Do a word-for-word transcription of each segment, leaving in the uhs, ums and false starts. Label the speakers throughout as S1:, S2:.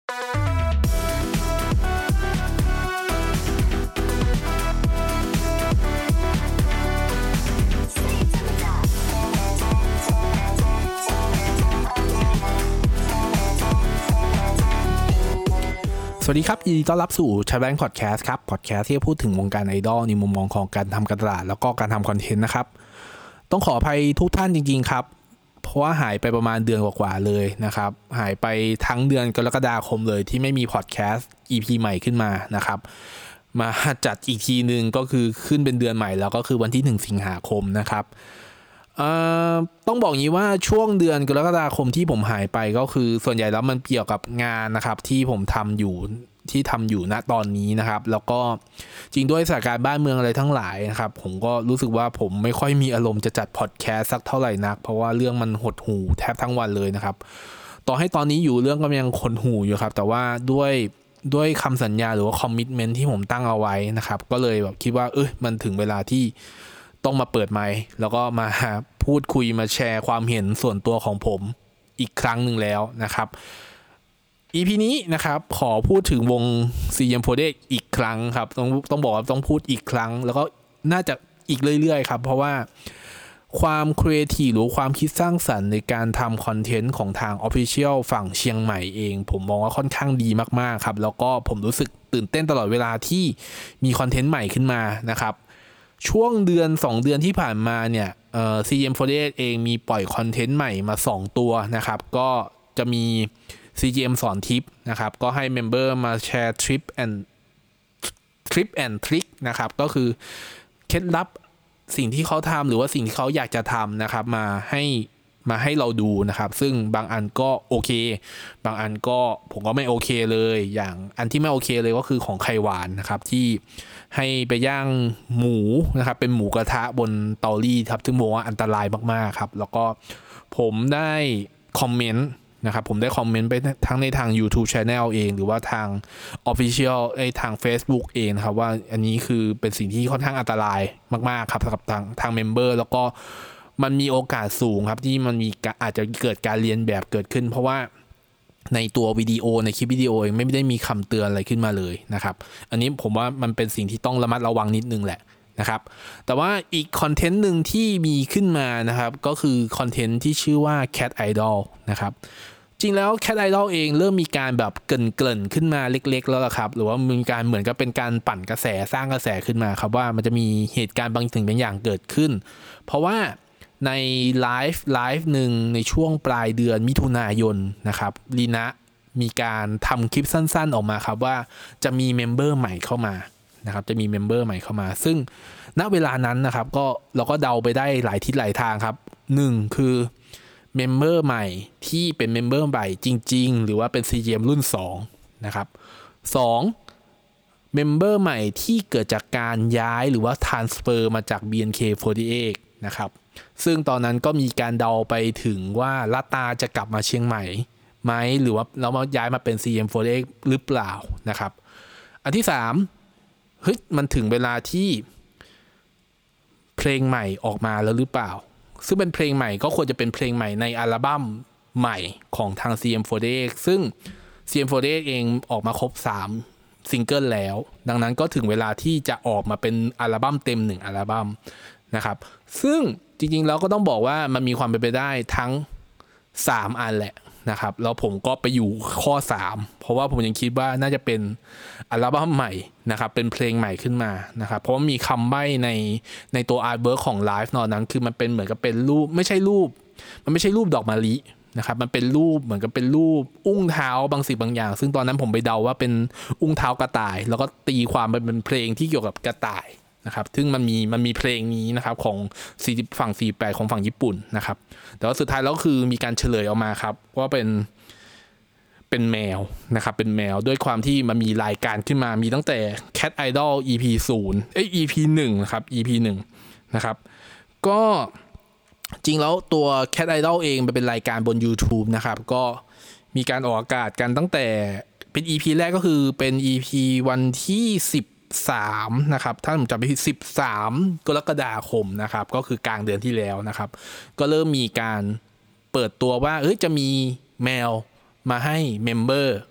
S1: สวัสดีครับยินดีต้อนรับสู่ Thailand Podcast ครับ Podcast ที่พูดถึงวงการไอดอลในมุมมองของการทำการตลาดแล้วก็การทำคอนเทนต์นะครับต้องขออภัยทุกท่านจริงๆครับเพราะว่าหายไปประมาณเดือนกว่าๆเลยนะครับหายไปทั้งเดือนกรกฎาคมเลยที่ไม่มี Podcast อี พี ใหม่ขึ้นมานะครับมาจัดอีกทีนึงก็คือขึ้นเป็นเดือนใหม่แล้วก็คือวันที่หนึ่งสิงหาคมนะครับต้องบอกงี้ว่าช่วงเดือนกรกฎาคมที่ผมหายไปก็คือส่วนใหญ่แล้วมันเกี่ยวกับงานนะครับที่ผมทำอยู่ที่ทำอยู่ณตอนนี้นะครับแล้วก็จริงด้วยสถานการณ์บ้านเมืองอะไรทั้งหลายนะครับผมก็รู้สึกว่าผมไม่ค่อยมีอารมณ์จะจัดพอดแคสต์สักเท่าไหร่นักเพราะว่าเรื่องมันหดหู่แทบทั้งวันเลยนะครับต่อให้ตอนนี้อยู่เรื่องก็ยังขนหู่อยู่ครับแต่ว่าด้วยด้วยคำสัญญาหรือว่าคอมมิตเมนท์ที่ผมตั้งเอาไว้นะครับก็เลยแบบคิดว่าเออมันถึงเวลาที่ต้องมาเปิดไมค์แล้วก็มาพูดคุยมาแชร์ความเห็นส่วนตัวของผมอีกครั้งหนึ่งแล้วนะครับ อี พี นี้นะครับขอพูดถึงวง ซี เอ็ม โฟร์ตี้เอท อีกครั้งครับต้องต้องบอกว่าต้องพูดอีกครั้งแล้วก็น่าจะอีกเรื่อยๆครับเพราะว่าความครีเอทีฟหรือความคิดสร้างสรรค์ในการทำคอนเทนต์ของทาง Official ฝั่งเชียงใหม่เองผมมองว่าค่อนข้างดีมากๆครับแล้วก็ผมรู้สึกตื่นเต้นตลอดเวลาที่มีคอนเทนต์ใหม่ขึ้นมานะครับช่วงเดือนสองเดือนที่ผ่านมาเนี่ยเอ่อ ซี เอ็ม โฟร์ตี้เอท เองมีปล่อยคอนเทนต์ใหม่มาสองตัวนะครับก็จะมี ซี จี เอ็ม สอนทิปนะครับก็ให้เมมเบอร์มาแชร์ทริปแอนด์ทริปแอนด์ทริคนะครับก็คือเคล็ดลับสิ่งที่เขาทำหรือว่าสิ่งที่เขาอยากจะทำนะครับมาให้มาให้เราดูนะครับซึ่งบางอันก็โอเคบางอันก็ผมก็ไม่โอเคเลยอย่างอันที่ไม่โอเคเลยก็คือของไข่หวานนะครับที่ให้ไปย่างหมูนะครับเป็นหมูกระทะบนเตารีดครับซึ่งบอกว่าอันตรายมากๆครับแล้วก็ผมได้คอมเมนต์นะครับผมได้คอมเมนต์ไปทั้งในทาง YouTube Channel เองหรือว่าทาง Official ไอ้ทาง Facebook เองนะครับว่าอันนี้คือเป็นสิ่งที่ค่อนข้างอันตรายมากๆครับสำหรับทางทางเมมเบอร์แล้วก็มันมีโอกาสสูงครับที่มันมีอาจจะเกิดการเรียนแบบเกิดขึ้นเพราะว่าในตัววิดีโอในคลิปวิดีโอเองไม่ได้มีคำเตือนอะไรขึ้นมาเลยนะครับอันนี้ผมว่ามันเป็นสิ่งที่ต้องระมัดระวังนิดนึงแหละนะครับแต่ว่าอีกคอนเทนต์หนึ่งที่มีขึ้นมานะครับก็คือคอนเทนต์ที่ชื่อว่า Cat Idol นะครับจริงแล้ว Cat Idol เองเริ่มมีการแบบเกริ่นๆขึ้นมาเล็กๆแล้วล่ะครับหรือว่ามีการเหมือนกับเป็นการปั่นกระแสสร้างกระแสขึ้นมาครับว่ามันจะมีเหตุการณ์บางสิ่งบางอย่างเกิดขึ้นเพราะว่าในไลฟ์ไลฟ์หนึ่งในช่วงปลายเดือนมิถุนายนนะครับลีนะมีการทำคลิปสั้นๆออกมาครับว่าจะมีเมมเบอร์ใหม่เข้ามานะครับจะมีเมมเบอร์ใหม่เข้ามาซึ่งณเวลานั้นนะครับก็เราก็เดาไปได้หลายทิศหลายทางครับหนึ่งคือเมมเบอร์ใหม่ที่เป็นเมมเบอร์ใหม่จริงๆหรือว่าเป็น ซี จี เอ็ม รุ่นสองนะครับสองเมมเบอร์ใหม่ที่เกิดจากการย้ายหรือว่า transfer มาจาก บี เอ็น เค โฟร์ตี้เอท นะครับซึ่งตอนนั้นก็มีการเดาไปถึงว่าลัตตาจะกลับมาเชียงใหม่ไหมหรือว่าเรามาย้ายมาเป็น ซี เอ็ม โฟร์ตี้เอท หรือเปล่านะครับอันที่สามเฮ้ยมันถึงเวลาที่เพลงใหม่ออกมาแล้วหรือเปล่าซึ่งเป็นเพลงใหม่ก็ควรจะเป็นเพลงใหม่ในอัลบั้มใหม่ของทาง ซี เอ็ม โฟร์ตี้เอท ซึ่ง ซี เอ็ม โฟร์ตี้เอท เองออกมาครบสามซิงเกิลแล้วดังนั้นก็ถึงเวลาที่จะออกมาเป็นอัลบั้มเต็มหนึ่งอัลบั้มนะครับซึ่งจริงๆแล้วก็ต้องบอกว่ามันมีความเป็นไปได้ทั้งสามอันแหละนะครับแล้วผมก็ไปอยู่ข้อสามเพราะว่าผมยังคิดว่าน่าจะเป็นอัลบั้มใหม่นะครับเป็นเพลงใหม่ขึ้นมานะครับเพราะว่ามีคำใบ้ในในตัวอาร์ตเวิร์คของไลฟ์นอนนั้นคือมันเป็นเหมือนกับเป็นรูปไม่ใช่รูปมันไม่ใช่รูปดอกมะลินะครับมันเป็นรูปเหมือนกับเป็นรูปอุ้งเท้าบางสิ่งบางอย่างซึ่งตอนนั้นผมไปเดาว่าเป็นอุ้งเท้ากระต่ายแล้วก็ตีความเป็นเพลงที่เกี่ยวกับกระต่ายนะครับซึ่งมันมีมันมีเพลงนี้นะครับของฝั่งสี่สิบแปดของฝั่งญี่ปุ่นนะครับแต่ว่าสุดท้ายแล้วคือมีการเฉลยออกมาครับว่าเป็นเป็นแมวนะครับเป็นแมวด้วยความที่มันมีรายการขึ้นมามีตั้งแต่ Cat Idol อี พี ศูนย์เอ้ย อี พี หนึ่งนะครับ อี พี หนึ่งนะครับก็จริงแล้วตัว Cat Idol เองมันเป็นรายการบน YouTube นะครับก็มีการออกอากาศกันตั้งแต่เป็น อี พี แรกก็คือเป็น อี พี วันที่สิบสามนะครับถ้าผมจำไม่ผิดสิบสามกรกฎาคมนะครับก็คือกลางเดือนที่แล้วนะครับก็เริ่มมีการเปิดตัวว่าเอ้ยจะมีแมวมาให้เมมเบอร์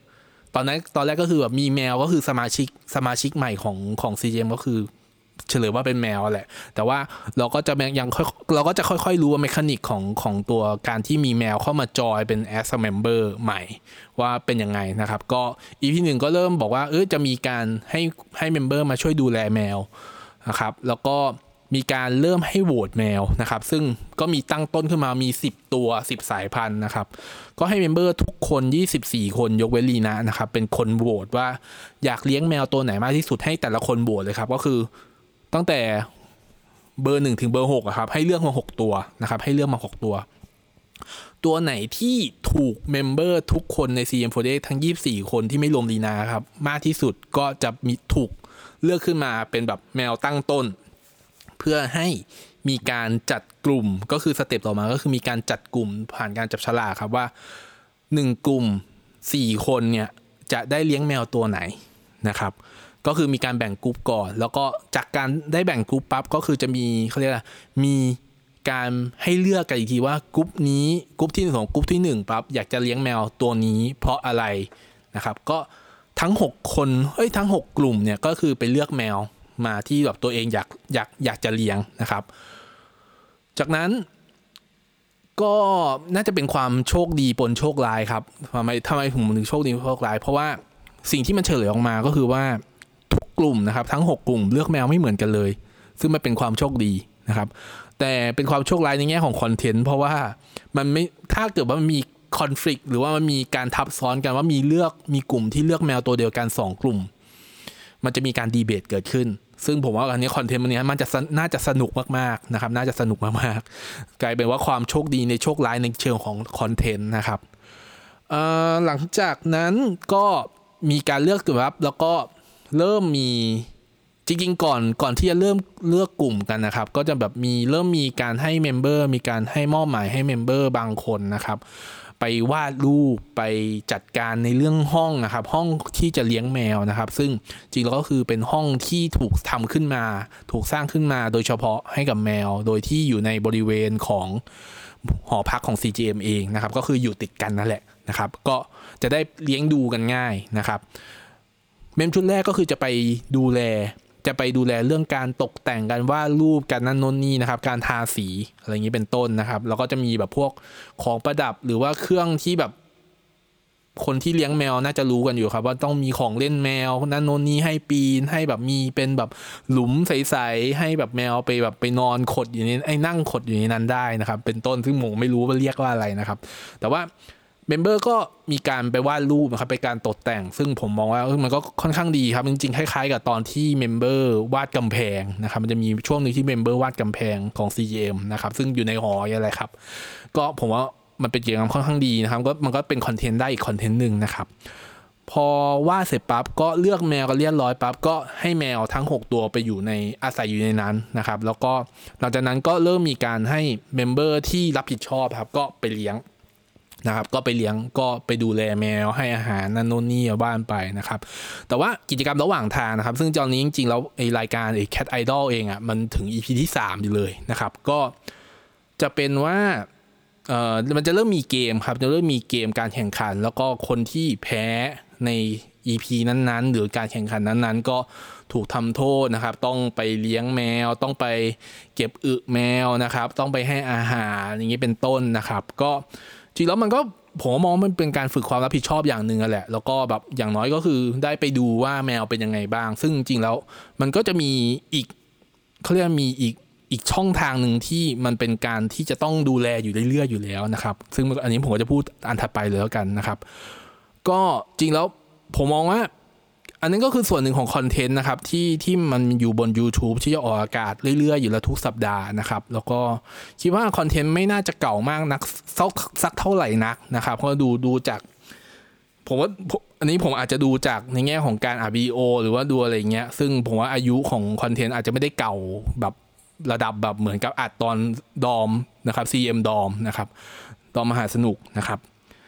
S1: ตอนนั้นตอนแรกก็คือแบบมีแมวก็คือสมาชิกสมาชิกใหม่ของของ ซี จี เอ็ม ก็คือเฉลยว่าเป็นแมวแหละแต่ว่าเราก็จะยังค่อยเราก็จะค่อยๆรู้ว่าเมคานิกของของตัวการที่มีแมวเข้ามาจอยเป็น as a member ใหม่ว่าเป็นยังไงนะครับก็ อี พี หนึ่งก็เริ่มบอกว่าเออจะมีการให้ให้ member มาช่วยดูแลแมวนะครับแล้วก็มีการเริ่มให้โหวตแมวนะครับซึ่งก็มีตั้งต้นขึ้นมามีสิบตัวสิบสายพันธุ์นะครับก็ให้เมมเบอร์ทุกคนยี่สิบสี่คนยกเว้นลีนะนะครับเป็นคนโหวตว่าอยากเลี้ยงแมวตัวไหนมากที่สุดให้แต่ละคนโหวตเลยครับก็คือตั้งแต่เบอร์หนึ่งถึงเบอร์หกอะครับให้เลือกมาหกตัวนะครับให้เลือกมาหกตัวตัวไหนที่ถูกเมมเบอร์ทุกคนใน ซี เอ็ม โฟร์ตี้เอท ทั้งยี่สิบสี่คนที่ไม่รวมลีนะครับมากที่สุดก็จะมีถูกเลือกขึ้นมาเป็นแบบแมวตั้งต้นเพื่อให้มีการจัดกลุ่มก็คือสเต็ปต่อมาก็คือมีการจัดกลุ่มผ่านการจับฉลากครับว่าหนึ่งกลุ่มสี่คนเนี่ยจะได้เลี้ยงแมวตัวไหนนะครับก็คือมีการแบ่งกลุ่มก่อนแล้วก็จากการได้แบ่งกลุ่มปั๊บก็คือจะมีเขาเรียกอะไรมีการให้เลือกกันอีกทีว่ากลุ่มนี้กลุ่มที่หนึ่งของกลุ่มที่หนึ่งปั๊บอยากจะเลี้ยงแมวตัวนี้เพราะอะไรนะครับก็ทั้งหกคนเอ้ยทั้งหกกลุ่มเนี่ยก็คือไปเลือกแมวมาที่แบบตัวเองอยากอยากอยากจะเลี้ยงนะครับจากนั้นก็น่าจะเป็นความโชคดีปนโชคร้ายครับทำไมทำไมผมถึงโชคดีโชคร้ายเพราะว่าสิ่งที่มันเฉลยออกมาก็คือว่าทุกกลุ่มนะครับทั้งหกกลุ่มเลือกแมวไม่เหมือนกันเลยซึ่งมันเป็นความโชคดีนะครับแต่เป็นความโชคร้ายในแง่ของคอนเทนต์เพราะว่ามันไม่ถ้าเกิดว่ามันมีคอนฟลิกต์หรือว่ามันมีการทับซ้อนกันว่ามีเลือกมีกลุ่มที่เลือกแมวตัวเดียวกันสองกลุ่มมันจะมีการดีเบตเกิดขึ้นซึ่งผมว่าอันนี้คอนเทนต์มันนี้มันจะน่าจะสนุกมากๆนะครับน่าจะสนุกมากๆกลายเป็นว่าความโชคดีในโชคร้ายในเชิงของคอนเทนต์นะครับหลังจากนั้นก็มีการเลือกกลุ่มครับแล้วก็เริ่มมีจริงๆก่อนก่อนที่จะเริ่มเลือกกลุ่มกันนะครับก็จะแบบมีเริ่มมีการให้เมมเบอร์มีการให้มอบหมายให้เมมเบอร์บางคนนะครับไปวาดรูปไปจัดการในเรื่องห้องนะครับห้องที่จะเลี้ยงแมวนะครับซึ่งจริงแล้วก็คือเป็นห้องที่ถูกทำขึ้นมาถูกสร้างขึ้นมาโดยเฉพาะให้กับแมวโดยที่อยู่ในบริเวณของหอพักของ ซี จี เอ็ม เองนะครับก็คืออยู่ติดกันนั่นแหละนะครับก็จะได้เลี้ยงดูกันง่ายนะครับเมมชุดแรกก็คือจะไปดูแลจะไปดูแลเรื่องการตกแต่งการวาดรูปการนั่นโน่นนี่นะครับการทาสีอะไรอย่างนี้เป็นต้นนะครับแล้วก็จะมีแบบพวกของประดับหรือว่าเครื่องที่แบบคนที่เลี้ยงแมวน่าจะรู้กันอยู่ครับว่าต้องมีของเล่นแมวนั่นโน่นนี่ให้ปีนให้แบบมีเป็นแบบหลุมใสๆให้แบบแมวไปแบบไปนอนขดอยู่ในไอ้นั่งขดอยู่ในนั้นได้นะครับเป็นต้นซึ่งผมไม่รู้ว่าเรียกว่าอะไรนะครับแต่ว่าเมมเบอร์ก็มีการไปวาดรูปนะครับไปการตกแต่งซึ่งผมมองว่ามันก็ค่อนข้างดีครับจริงๆคล้ายๆกับตอนที่เมมเบอร์วาดกำแพงนะครับมันจะมีช่วงนึงที่เมมเบอร์วาดกำแพงของ ซี จี เอ็ม นะครับซึ่งอยู่ในหออะไรครับก็ผมว่ามันเป็นกิจกรรมค่อนข้างดีนะครับก็มันก็เป็นคอนเทนต์ได้อีกคอนเทนต์นึงนะครับพอวาดเสร็จปั๊บก็เลือกแมวก็เรียบร้อยปั๊บก็ให้แมวทั้งหกตัวไปอยู่ในอาศัยอยู่ในนั้นนะครับแล้วก็หลังจากนั้นก็เริ่มมีการให้เมมเบอร์ที่รับผิดชอบครับก็ไปเลี้ยงนะครับก็ไปเลี้ยงก็ไปดูแลแมวให้อาหารนั่นโน่นนี่บ้านไปนะครับแต่ว่ากิจกรรมระหว่างทางนะครับซึ่งตอนนี้จริงๆแล้วไอรายการไอ Cat Idol เองอ่ะมันถึง อี พี ที่สามอยู่เลยนะครับก็จะเป็นว่าเอ่อมันจะเริ่มมีเกมครับจะเริ่มมีเกมการแข่งขันแล้วก็คนที่แพ้ใน อี พี นั้นๆหรือการแข่งขันนั้นๆก็ถูกทำโทษนะครับต้องไปเลี้ยงแมวต้องไปเก็บอึแมวนะครับต้องไปให้อาหารอย่างนี้เป็นต้นนะครับก็จริงแล้วมันก็ผมมองมันเป็นการฝึกความรับผิดชอบอย่างหนึ่งแหละแล้วก็แบบอย่างน้อยก็คือได้ไปดูว่าแมวเป็นยังไงบ้างซึ่งจริงแล้วมันก็จะมีอีกเขาเรียกมีอีกอีกช่องทางหนึ่งที่มันเป็นการที่จะต้องดูแลอยู่เรื่อยๆอยู่แล้วนะครับซึ่งอันนี้ผมก็จะพูดอันถัดไปเลยแล้วกันนะครับก็จริงแล้วผมมองว่าอันนั้นก็คือส่วนหนึ่งของคอนเทนต์นะครับที่ที่มันอยู่บน YouTube ที่จะออกอากาศเรื่อยๆอยู่แล้วทุกสัปดาห์นะครับแล้วก็คิดว่าคอนเทนต์ไม่น่าจะเก่ามากนักสักเท่าไหร่นักนะครับเพราะดูดูจากผมว่าอันนี้ผมอาจจะดูจากในแง่ของการอัดวิดีโอหรือว่าดูอะไรเงี้ยซึ่งผมว่าอายุของคอนเทนต์อาจจะไม่ได้เก่าแบบระดับแบบเหมือนกับอัดตอนดอมนะครับ ซี เอ็ม ดอมนะครับดอมมหาสนุกนะครับ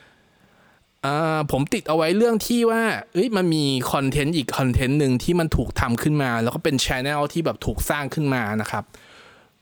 S1: ผมติดเอาไว้เรื่องที่ว่าเอ้ยมันมีคอนเทนต์อีกคอนเทนต์นึงที่มันถูกทำขึ้นมาแล้วก็เป็น channel ที่แบบถูกสร้างขึ้นมานะครับ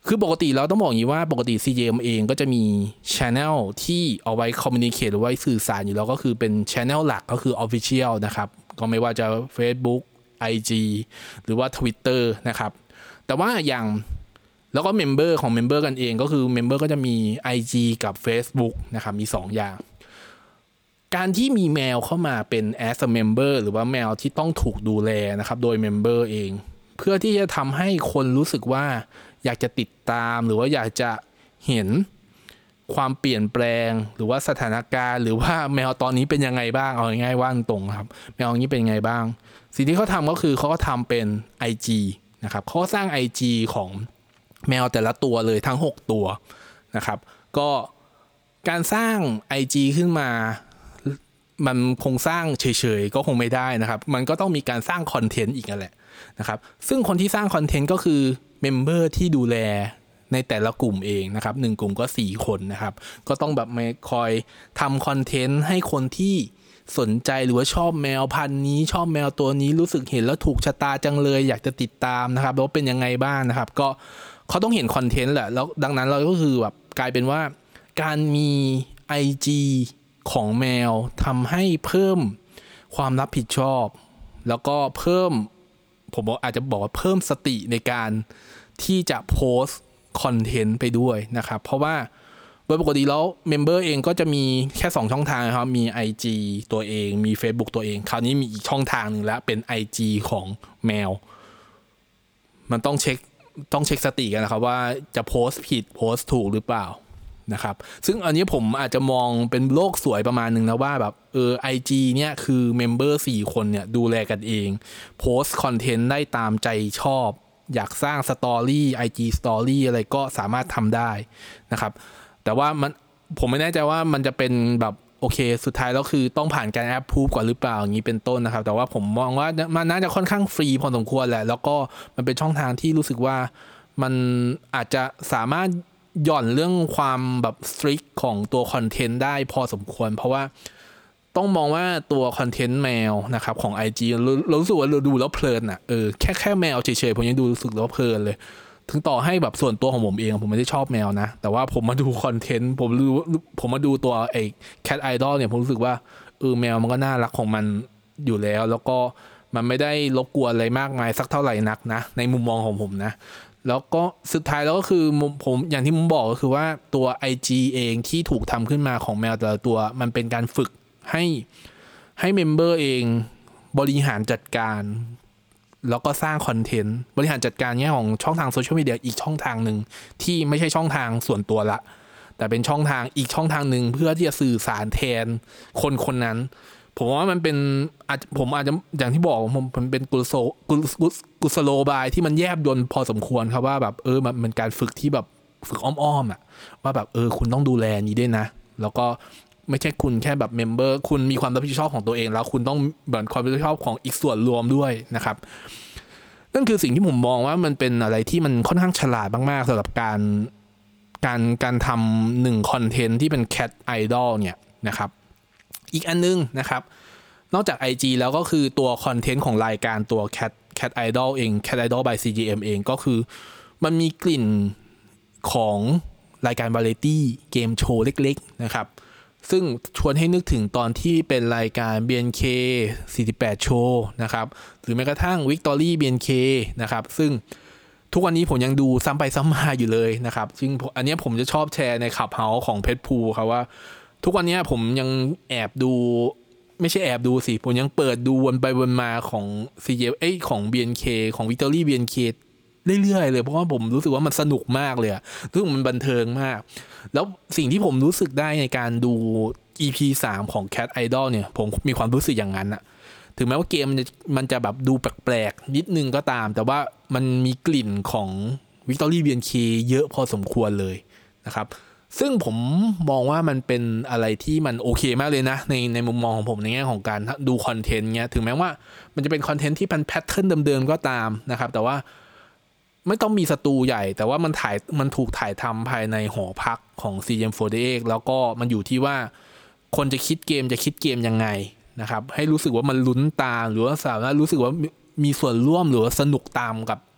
S1: คือปกติเราต้องบอกอย่างนี้ว่าปกติ ซี เจ เอ็ม เองก็จะมี channel ที่เอาไว้ communicate หรือไว้สื่อสารอยู่แล้วก็คือเป็น channel หลักก็คือ official นะครับก็ไม่ว่าจะ Facebook ไอ จี หรือว่า Twitter นะครับแต่ว่าอย่างแล้วก็ member ของ member กันเองก็คือ member ก็จะมี ไอ จี กับ Facebook นะครับมีสองอย่างการที่มีแมวเข้ามาเป็น as a member หรือว่าแมวที่ต้องถูกดูแลนะครับโดย member เองเพื่อที่จะทำให้คนรู้สึกว่าอยากจะติดตามหรือว่าอยากจะเห็นความเปลี่ยนแปลงหรือว่าสถานการณ์หรือว่าแมวตอนนี้เป็นยังไงบ้างเอาง่ายๆว่าตรงครับแมวนี้เป็นยังไงบ้างสิ่งที่เขาทำก็คือเขาก็ทำเป็น ไอ จี นะครับเขาสร้าง ไอ จี ของแมวแต่ละตัวเลยทั้งหกตัวนะครับก็การสร้าง ไอ จี ขึ้นมามันคงสร้างเฉยๆก็คงไม่ได้นะครับมันก็ต้องมีการสร้างคอนเทนต์อีกนั่นแหละนะครับซึ่งคนที่สร้างคอนเทนต์ก็คือเมมเบอร์ที่ดูแลในแต่ละกลุ่มเองนะครับหนึ่งกลุ่มก็สี่คนนะครับก็ต้องแบบมาคอยทำคอนเทนต์ให้คนที่สนใจหรือว่าชอบแมวพันธุ์นี้ชอบแมวตัวนี้รู้สึกเห็นแล้วถูกชะตาจังเลยอยากจะติดตามนะครับแล้วเป็นยังไงบ้างนะครับก็เขาต้องเห็นคอนเทนต์แหละแล้วดังนั้นเราก็คือแบบกลายเป็นว่าการมี ไอ จี ของแมวทำให้เพิ่มความรับผิดชอบแล้วก็เพิ่มผมอาจจะบอกว่าเพิ่มสติในการที่จะโพสต์คอนเทนต์ไปด้วยนะครับเพราะว่าโดยปกติแล้วเมมเบอร์เองก็จะมีแค่สองช่องทางครับมี ไอ จี ตัวเองมี Facebook ตัวเองคราวนี้มีอีกช่องทางหนึ่งแล้วเป็น ไอ จี ของแมวมันต้องเช็คต้องเช็คสติกันนะครับว่าจะโพสต์ผิดโพสต์ถูกหรือเปล่านะครับซึ่งอันนี้ผมอาจจะมองเป็นโลกสวยประมาณนึงนะว่าแบบเออ ไอ จี เนี่ยคือเมมเบอร์สี่คนเนี่ยดูแลกันเองโพสต์คอนเทนต์ได้ตามใจชอบอยากสร้างสตอรี่ ไอ จี Story อะไรก็สามารถทำได้นะครับแต่ว่ามันผมไม่แน่ใจว่ามันจะเป็นแบบโอเคสุดท้ายแล้วคือต้องผ่านการแอปพูฟก่อนหรือเปล่าอย่างนี้เป็นต้นนะครับแต่ว่าผมมองว่ามันน่าจะค่อนข้างฟรีพอสมควรแหละแล้วก็มันเป็นช่องทางที่รู้สึกว่ามันอาจจะสามารถหย่อนเรื่องความแบบสตริกของตัวคอนเทนต์ได้พอสมควรเพราะว่าต้องมองว่าตัวคอนเทนต์แมวนะครับของ ไอ จี เรารู้สึกว่าเราดูแล้วเพลินอ่ะเออแค่แค่แมวเฉยๆผมยังดูรู้สึกแล้วเพลินเลยถึงต่อให้แบบส่วนตัวของผมเองผมไม่ได้ชอบแมวนะแต่ว่าผมมาดูคอนเทนต์ผมรู้ผมมาดูตัวไอ้ Cat Idol เนี่ยผมรู้สึกว่าเออแมวมันก็น่ารักของมันอยู่แล้วแล้วก็มันไม่ได้รบกวนอะไรมากมายสักเท่าไหร่นักนะในมุมมองของผมนะแล้วก็สุดท้ายแล้วก็คือผมอย่างที่ผมบอกก็คือว่าตัว ไอ จี เองที่ถูกทำขึ้นมาของแมวแต่ละตัวมันเป็นการฝึกให้ให้เมมเบอร์เองบริหารจัดการแล้วก็สร้างคอนเทนต์บริหารจัดการเนี้ยของช่องทางโซเชียลมีเดียอีกช่องทางหนึ่งที่ไม่ใช่ช่องทางส่วนตัวละแต่เป็นช่องทางอีกช่องทางหนึ่งเพื่อที่จะสื่อสารแทนคนคนนั้นผมว่ามันเป็นอาจผมอาจจะอย่างที่บอกผมมันเป็นกุศโลกุศโลบายที่มันแยบยลพอสมควรครับว่าแบบเออมันเป็นการฝึกที่แบบฝึกอ้อมๆอ่ะว่าแบบเออคุณต้องดูแลนี้ด้วยนะแล้วก็ไม่ใช่คุณแค่แบบเมมเบอร์คุณมีความรับผิดชอบของตัวเองแล้วคุณต้องแบ่งความรับผิดชอบของอีกส่วนรวมด้วยนะครับนั่นคือสิ่งที่ผมมองว่ามันเป็นอะไรที่มันค่อนข้างฉลาดมากๆสำหรับการการการทำหนึ่งคอนเทนต์ที่เป็น Cat Idol เนี่ยนะครับอีกอันนึงนะครับนอกจาก ไอ จี แล้วก็คือตัวคอนเทนต์ของรายการตัว Cat Cat Idol เอง Cat Idol by ซี จี เอ็ม เองก็คือมันมีกลิ่นของรายการวาไรตี้เกมโชว์เล็กๆนะครับซึ่งชวนให้นึกถึงตอนที่เป็นรายการ บี เอ็น เค สี่สิบแปด Show นะครับหรือแม้กระทั่ง Victory บี เอ็น เค นะครับซึ่งทุกวันนี้ผมยังดูซ้ำไปซ้ำมาอยู่เลยนะครับซึ่งอันนี้ผมจะชอบแชร์ในคลับเฮาส์ของเพชรพูครับว่าทุกวันนี้ผมยังแอบดูไม่ใช่แอบดูสิผมยังเปิดดูวนไปวนมาของ ซี เจ เอ้ยของ บี เอ็น เค ของ Victory บี เอ็น เค เรื่อยๆเลยเพราะว่าผมรู้สึกว่ามันสนุกมากเลยอะรู้สึกมันบันเทิงมากแล้วสิ่งที่ผมรู้สึกได้ในการดู อี พี สามของ Cat Idol เนี่ยผมมีความรู้สึกอย่างนั้นอะถึงแม้ว่าเกมมันจะแบบดูแปลกๆนิดนึงก็ตามแต่ว่ามันมีกลิ่นของ Victory บี เอ็น เค เยอะพอสมควรเลยนะครับซึ่งผมมองว่ามันเป็นอะไรที่มันโอเคมากเลยนะในในมุมมองของผมในแง่ของการดูคอนเทนต์เงี้ยถึงแม้ว่ามันจะเป็นคอนเทนต์ที่เป็นแพทเทิร์นเดิมๆก็ตามนะครับแต่ว่าไม่ต้องมีสตูใหญ่แต่ว่ามันถ่ายมันถูกถ่ายทำภายในหอพักของ ซี เอ็ม โฟร์ตี้เอท แล้วก็มันอยู่ที่ว่าคนจะคิดเกมจะคิดเกมยังไงนะครับให้รู้สึกว่ามันลุ้นตามหรือว่าสามารถรู้สึกว่ามีส่วนร่วมหรือว่าสนุกตามกับ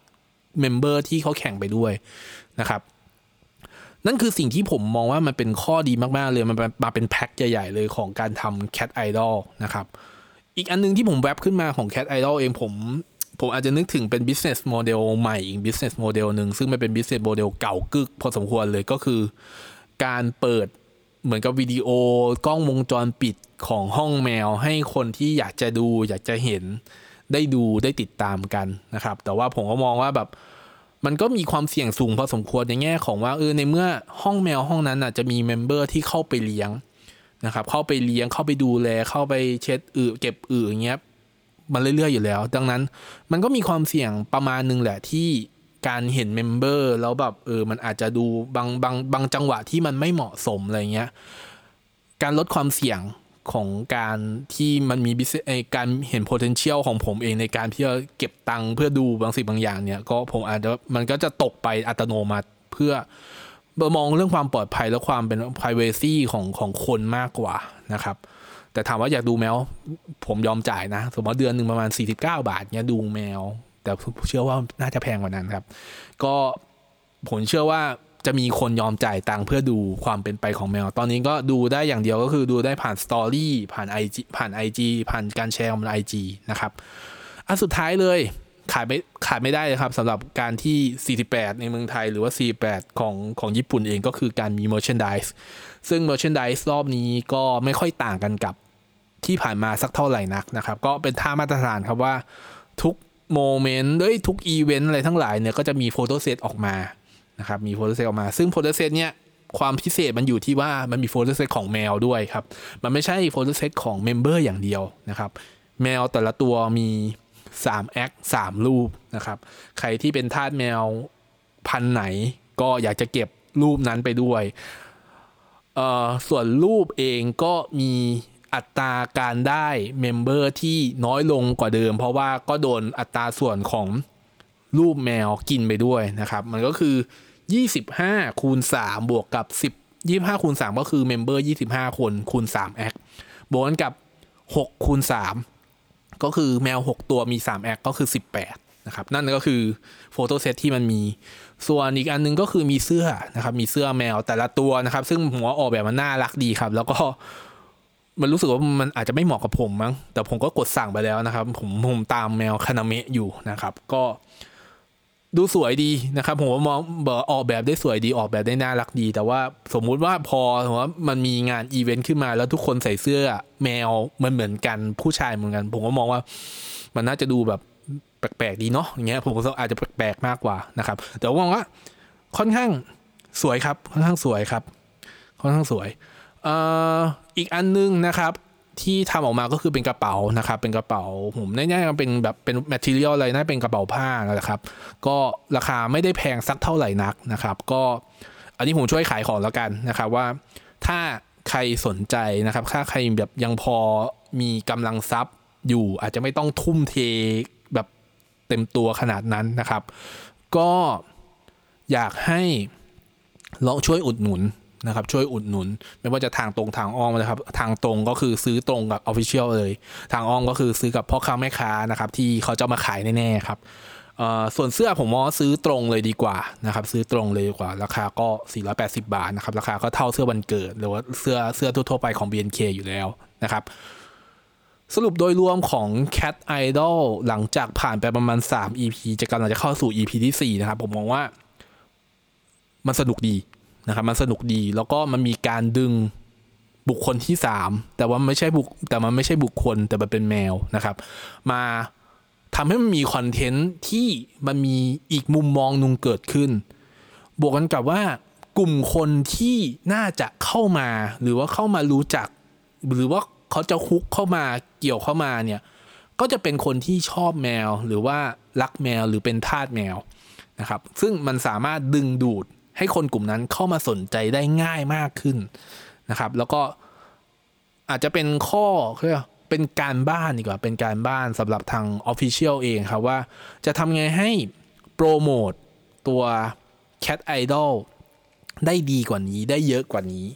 S1: เมมเบอร์ที่เขาแข่งไปด้วยนะครับนั่นคือสิ่งที่ผมมองว่ามันเป็นข้อดีมากๆเลยมันมาเป็นแพ็คใหญ่ๆเลยของการทำ Cat Idol นะครับอีกอันนึงที่ผมแวบขึ้นมาของ Cat Idol เองผมผมอาจจะนึกถึงเป็น business model ใหม่อีก business model นึงซึ่งมันเป็น business model เก่ากึกพอสมควรเลยก็คือการเปิดเหมือนกับวิดีโอกล้องวงจรปิดของห้องแมวให้คนที่อยากจะดูอยากจะเห็นได้ดูได้ติดตามกันนะครับแต่ว่าผมก็มองว่าแบบมันก็มีความเสี่ยงสูงพอสมควรในแง่ของว่าเออในเมื่อห้องแมวห้องนั้นน่ะจะมีเมมเบอร์ที่เข้าไปเลี้ยงนะครับเข้าไปเลี้ยงเข้าไปดูแลเข้าไปเช็ดอึเก็บอึอย่างเงี้ยมันเรื่อยๆอยู่แล้วดังนั้นมันก็มีความเสี่ยงประมาณนึงแหละที่การเห็นเมมเบอร์แล้วแบบเออมันอาจจะดูบางบางบางจังหวะที่มันไม่เหมาะสมอะไรเงี้ยการลดความเสี่ยงของการที่มันมีการเห็น potential ของผมเองในการที่จะเก็บตังค์เพื่อดูบางสิ่งบางอย่างเนี่ยก็ผมอาจจะมันก็จะตกไปอัตโนมัติเพื่อมองเรื่องความปลอดภัยและความเป็น privacy ของของคนมากกว่านะครับแต่ถามว่าอยากดูแมวผมยอมจ่ายนะสมมติเดือนหนึ่งประมาณสี่สิบเก้าบาทเนี่ยดูแมวแต่เชื่อว่าน่าจะแพงกว่านั้นครับก็ผมเชื่อว่าจะมีคนยอมจ่ายตังค์เพื่อดูความเป็นไปของแมวตอนนี้ก็ดูได้อย่างเดียวก็คือดูได้ผ่านสตอรี่ผ่าน ไอ จี ผ่าน ไอ จี ผ่านการแชร์บน ไอ จี นะครับอันสุดท้ายเลยขาดไม่ขาดไม่ได้เลยครับสำหรับการที่สี่สิบแปดในเมืองไทยหรือว่าสี่สิบแปดของของญี่ปุ่นเองก็คือการมี merchandise ซึ่ง merchandise รอบนี้ก็ไม่ค่อยต่างกันกับที่ผ่านมาสักเท่าไหร่นักนะครับก็เป็นท่ามาตรฐานครับว่าทุกโมเมนต์ด้วยทุกอีเวนต์อะไรทั้งหลายเนี่ยก็จะมีโฟโต้เซตออกมานะครับมีโฟโต้เซตออกมาซึ่งโฟโต้เซตเนี่ยความพิเศษมันอยู่ที่ว่ามันมีโฟโต้เซตของแมวด้วยครับมันไม่ใช่โฟโต้เซตของเมมเบอร์อย่างเดียวนะครับแมวแต่ละตัวมีสามแอคสามรูปนะครับใครที่เป็นทาสแมวพันธุ์ไหนก็อยากจะเก็บรูปนั้นไปด้วยเอ่อส่วนรูปเองก็มีอัตราการได้เมมเบอร์ที่น้อยลงกว่าเดิมเพราะว่าก็โดนอัตราส่วนของรูปแมวกินไปด้วยนะครับมันก็คือยี่สิบห้าคูณสามบวกกับสิบ ยี่สิบห้าคูณสามก็คือเมมเบอร์ยี่สิบห้าคนคูณสามแอคบวกกับหกคูณสามก็คือแมวหกตัวมีสามแอคก็คือสิบแปดนะครับนั่นก็คือโฟโต้เซตที่มันมีส่วนอีกอันนึงก็คือมีเสื้อนะครับมีเสื้อแมวแต่ละตัวนะครับซึ่งหัวออกแบบมันน่ารักดีครับแล้วก็มันรู้สึกว่ามันอาจจะไม่เหมาะกับผมมั้งแต่ผมก็กดสั่งไปแล้วนะครับผมผมตามแมวคานาเมะอยู่นะครับก็ดูสวยดีนะครับผมว่ามองบอกออกแบบได้สวยดีออกแบบได้น่ารักดีแต่ว่าสมมุติว่าพอว่ามันมีงานอีเวนต์ขึ้นมาแล้วทุกคนใส่เสื้อแมวเหมือนเหมือนกันผู้ชายเหมือนกันผมก็มองว่ามันน่าจะดูแบบแปลกๆดีเนาะอย่างเงี้ยผมก็อาจจะแปลกๆมากกว่านะครับแต่ว่ามองว่าค่อนข้างสวยครับค่อนข้างสวยครับค่อนข้างสวยเอ่ออีกอันนึงนะครับที่ทำออกมาก็คือเป็นกระเป๋านะครับเป็นกระเป๋าผมแน่ๆเป็นแบบเป็นแมททีเรียลอะไรน่าเป็นกระเป๋าผ้านะครับก็ราคาไม่ได้แพงสักเท่าไหร่นักนะครับก็อันนี้ผมช่วยขายของแล้วกันนะครับว่าถ้าใครสนใจนะครับถ้าใครแบบยังพอมีกำลังทรัพย์อยู่อาจจะไม่ต้องทุ่มเทแบบเต็มตัวขนาดนั้นนะครับก็อยากให้ลองช่วยอุดหนุนนะครับช่วยอุดหนุนไม่ว่าจะทางตรงทางอ้อมนะครับทางตรงก็คือซื้อตรงกับ Official เลยทางอ้อมก็คือซื้อกับพ่อค้าแม่ค้านะครับที่เขาจะมาขายแน่ๆครับเอ่อส่วนเสื้อผมว่าซื้อตรงเลยดีกว่านะครับซื้อตรงเลยดีกว่าราคาก็สี่ร้อยแปดสิบบาทนะครับราคาก็เท่าเสื้อวันเกิดหรือว่าเสื้อเสื้อทั่วๆไปของ บี เอ็น เค อยู่แล้วนะครับสรุปโดยรวมของ Cat Idol หลังจากผ่านไปประมาณสาม อี พี จะกำลังจะเข้าสู่ อี พี ที่สี่นะครับผมมองว่ามันสนุกดีนะครับมันสนุกดีแล้วก็มันมีการดึงบุคคลที่สามแต่ว่าไม่ใช่บุคแต่มันไม่ใช่บุคคลแต่มันเป็นแมวนะครับมาทำให้มันมีคอนเทนต์ที่มันมีอีกมุมมองนึงเกิดขึ้นบวกกันกับว่ากลุ่มคนที่น่าจะเข้ามาหรือว่าเข้ามารู้จักหรือว่าเขาจะคุกเข้ามาเกี่ยวเข้ามาเนี่ยก็จะเป็นคนที่ชอบแมวหรือว่ารักแมวหรือเป็นทาสแมวนะครับซึ่งมันสามารถดึงดูดให้คนกลุ่มนั้นเข้ามาสนใจได้ง่ายมากขึ้นนะครับแล้วก็อาจจะเป็นข้อคือเป็นการบ้านดีกว่าเป็นการบ้านสำหรับทาง Official เองครับว่าจะทำไงให้โปรโมตตัว Cat Idol ได้ดีกว่านี้ได้เยอะกว่านี้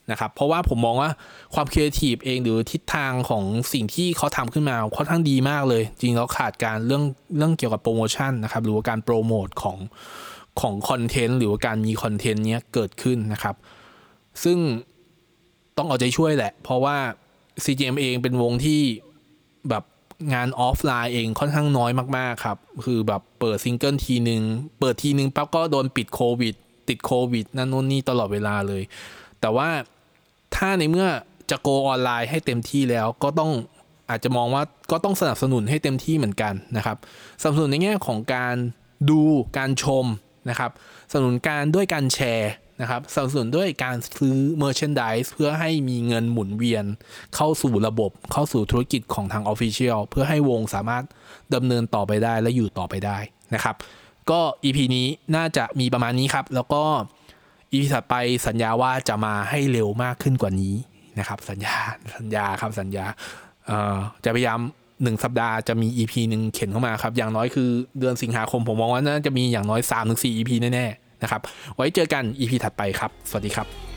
S1: นะครับเพราะว่าผมมองว่าความครีเอทีฟเองหรือทิศทางของสิ่งที่เขาทำขึ้นมาค่อนข้างดีมากเลยจริงแล้วขาดการเรื่องเรื่องเกี่ยวกับโปรโมชั่นนะครับหรือว่าการโปรโมทของของคอนเทนต์หรือว่าการมีคอนเทนต์เนี้ยเกิดขึ้นนะครับซึ่งต้องเอาใจช่วยแหละเพราะว่า ซี จี เอ็ม เองเป็นวงที่แบบงานออฟไลน์เองค่อนข้างน้อยมากๆครับคือแบบเปิดซิงเกิลทีนึงเปิดทีนึงปั๊บก็โดนปิดโควิดติดโควิดนั่นนู่นนี่ตลอดเวลาเลยแต่ว่าถ้าในเมื่อจะโกออนไลน์ให้เต็มที่แล้วก็ต้องอาจจะมองว่าก็ต้องสนับสนุนให้เต็มที่เหมือนกันนะครับสนับสนุนในแง่ของการดูการชมนะครับสนับสนุนการด้วยการแชร์นะครับสนับสนุนด้วยการซื้อ merchandise เพื่อให้มีเงินหมุนเวียนเข้าสู่ระบบเข้าสู่ธุรกิจของทาง Official เพื่อให้วงสามารถดำเนินต่อไปได้และอยู่ต่อไปได้นะครับก็ อี พี นี้น่าจะมีประมาณนี้ครับแล้วก็ อี พี ถัดไปสัญญาว่าจะมาให้เร็วมากขึ้นกว่านี้นะครับสัญญาสัญญาครับสัญญาเอ่อจะพยายามหนึ่งสัปดาห์จะมี อี พี นึงเข็นเข้ามาครับอย่างน้อยคือเดือนสิงหาคมผมมองว่าน่าจะมีอย่างน้อย สามถึงสี่ อี พี แน่ๆนะครับไว้เจอกัน อี พี ถัดไปครับสวัสดีครับ